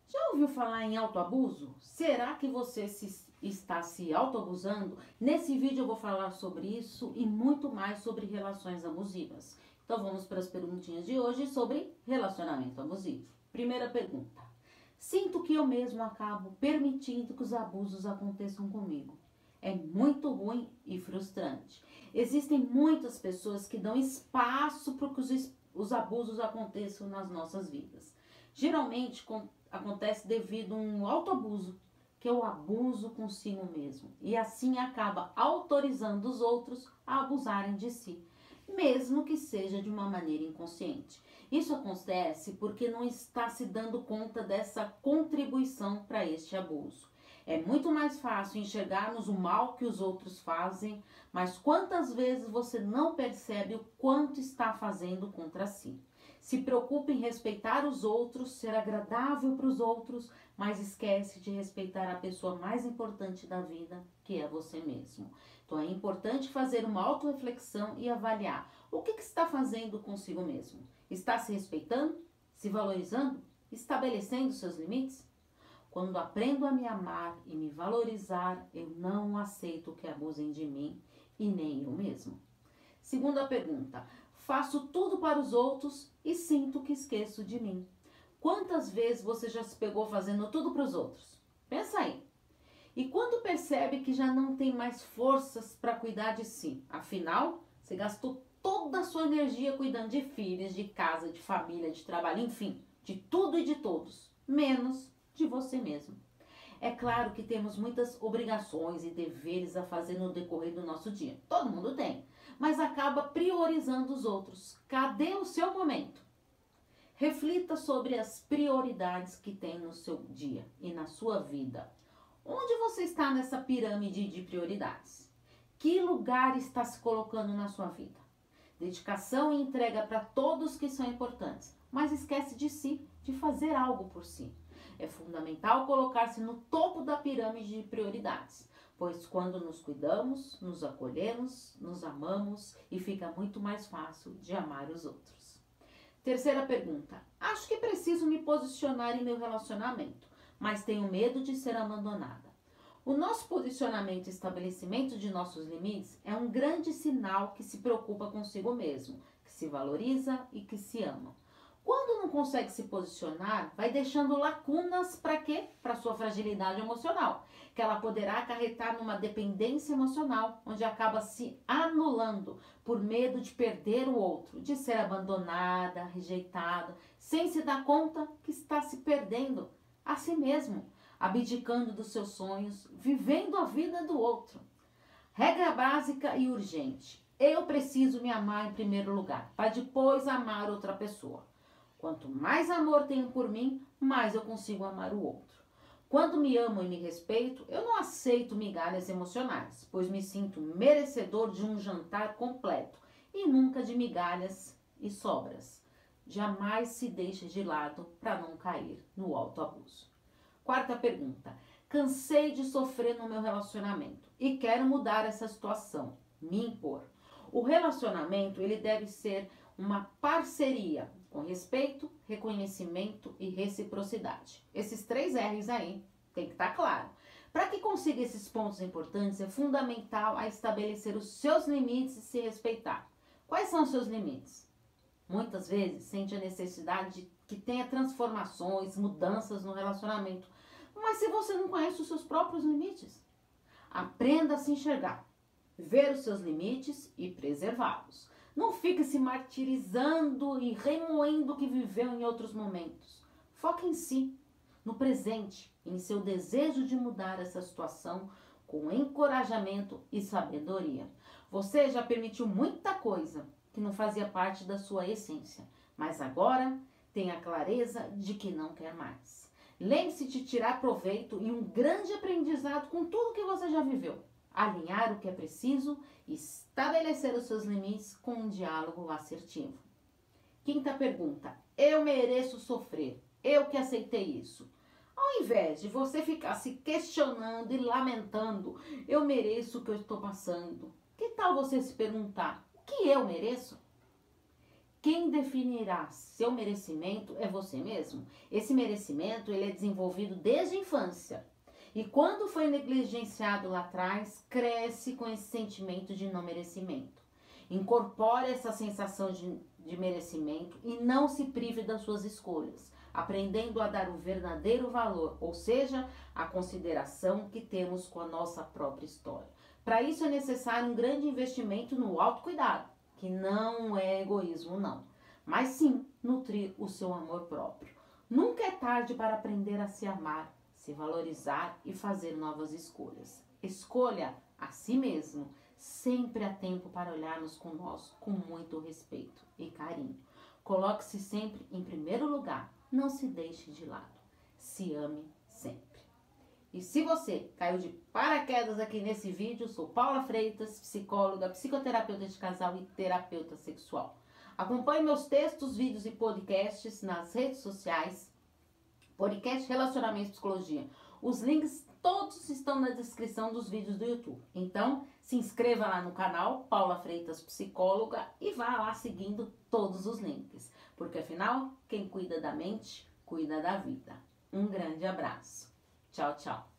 Já ouviu falar em autoabuso? Será que você está se autoabusando? Nesse vídeo eu vou falar sobre isso e muito mais sobre relações abusivas. Então vamos para as perguntinhas de hoje sobre relacionamento abusivo. Primeira pergunta. Sinto que eu mesmo acabo permitindo que os abusos aconteçam comigo. É muito ruim e frustrante. Existem muitas pessoas que dão espaço para que os abusos aconteçam nas nossas vidas. Geralmente acontece devido a um autoabuso, que é o abuso consigo mesmo. E assim acaba autorizando os outros a abusarem de si, mesmo que seja de uma maneira inconsciente. Isso acontece porque não está se dando conta dessa contribuição para este abuso. É muito mais fácil enxergarmos o mal que os outros fazem, mas quantas vezes você não percebe o quanto está fazendo contra si? Se preocupa em respeitar os outros, ser agradável para os outros, mas esquece de respeitar a pessoa mais importante da vida, que é você mesmo. Então é importante fazer uma autorreflexão e avaliar o que está fazendo consigo mesmo. Está se respeitando? Se valorizando? Estabelecendo seus limites? Quando aprendo a me amar e me valorizar, eu não aceito que abusem de mim e nem eu mesmo. Segunda pergunta. Faço tudo para os outros e sinto que esqueço de mim. Quantas vezes você já se pegou fazendo tudo para os outros? Pensa aí. E quando percebe que já não tem mais forças para cuidar de si? Afinal, você gastou toda a sua energia cuidando de filhos, de casa, de família, de trabalho, enfim, de tudo e de todos, menos de você mesmo. É claro que temos muitas obrigações e deveres a fazer no decorrer do nosso dia. Todo mundo tem, mas acaba priorizando os outros. Cadê o seu momento? Reflita sobre as prioridades que tem no seu dia e na sua vida. Onde você está nessa pirâmide de prioridades? Que lugar está se colocando na sua vida? Dedicação e entrega para todos que são importantes, mas esquece de si, de fazer algo por si. É fundamental colocar-se no topo da pirâmide de prioridades, pois quando nos cuidamos, nos acolhemos, nos amamos e fica muito mais fácil de amar os outros. Terceira pergunta. Acho que preciso me posicionar em meu relacionamento, mas tenho medo de ser abandonada. O nosso posicionamento e estabelecimento de nossos limites é um grande sinal que se preocupa consigo mesmo, que se valoriza e que se ama. Quando não consegue se posicionar, vai deixando lacunas para quê? Para sua fragilidade emocional, que ela poderá acarretar numa dependência emocional, onde acaba se anulando por medo de perder o outro, de ser abandonada, rejeitada, sem se dar conta que está se perdendo a si mesmo, abdicando dos seus sonhos, vivendo a vida do outro. Regra básica e urgente. Eu preciso me amar em primeiro lugar, para depois amar outra pessoa. Quanto mais amor tenho por mim, mais eu consigo amar o outro. Quando me amo e me respeito, eu não aceito migalhas emocionais, pois me sinto merecedor de um jantar completo e nunca de migalhas e sobras. Jamais se deixe de lado para não cair no autoabuso. Quarta pergunta. Cansei de sofrer no meu relacionamento e quero mudar essa situação, me impor. O relacionamento ele deve ser uma parceria com respeito, reconhecimento e reciprocidade. Esses 3 R's aí tem que estar claro. Para que consiga esses pontos importantes, é fundamental a estabelecer os seus limites e se respeitar. Quais são os seus limites? Muitas vezes sente a necessidade de que tenha transformações, mudanças no relacionamento. Mas se você não conhece os seus próprios limites, aprenda a se enxergar, ver os seus limites e preservá-los. Não fique se martirizando e remoendo o que viveu em outros momentos. Foque em si, no presente, em seu desejo de mudar essa situação com encorajamento e sabedoria. Você já permitiu muita coisa que não fazia parte da sua essência, mas agora tenha clareza de que não quer mais. Lembre-se de tirar proveito e um grande aprendizado com tudo que você já viveu. Alinhar o que é preciso e estabelecer os seus limites com um diálogo assertivo. Quinta pergunta. Eu mereço sofrer. Eu que aceitei isso. Ao invés de você ficar se questionando e lamentando, eu mereço o que eu estou passando. Que tal você se perguntar, o que eu mereço? quem definirá seu merecimento é você mesmo. Esse merecimento ele é desenvolvido desde a infância. E quando foi negligenciado lá atrás, cresce com esse sentimento de não merecimento. Incorpore essa sensação de merecimento e não se prive das suas escolhas, aprendendo a dar o verdadeiro valor, ou seja, a consideração que temos com a nossa própria história. Para isso é necessário um grande investimento no autocuidado, que não é egoísmo não, mas sim nutrir o seu amor próprio. Nunca é tarde para aprender a se amar, se valorizar e fazer novas escolhas. Escolha a si mesmo. Sempre há tempo para olharmos com muito respeito e carinho. Coloque-se sempre em primeiro lugar. Não se deixe de lado. Se ame sempre. E se você caiu de paraquedas aqui nesse vídeo, sou Paula Freitas, psicóloga, psicoterapeuta de casal e terapeuta sexual. Acompanhe meus textos, vídeos e podcasts nas redes sociais. Podcast Relacionamento e Psicologia. Os links todos estão na descrição dos vídeos do YouTube. Então, se inscreva lá no canal Paula Freitas Psicóloga e vá lá seguindo todos os links. Porque afinal, quem cuida da mente, cuida da vida. Um grande abraço. Tchau, tchau.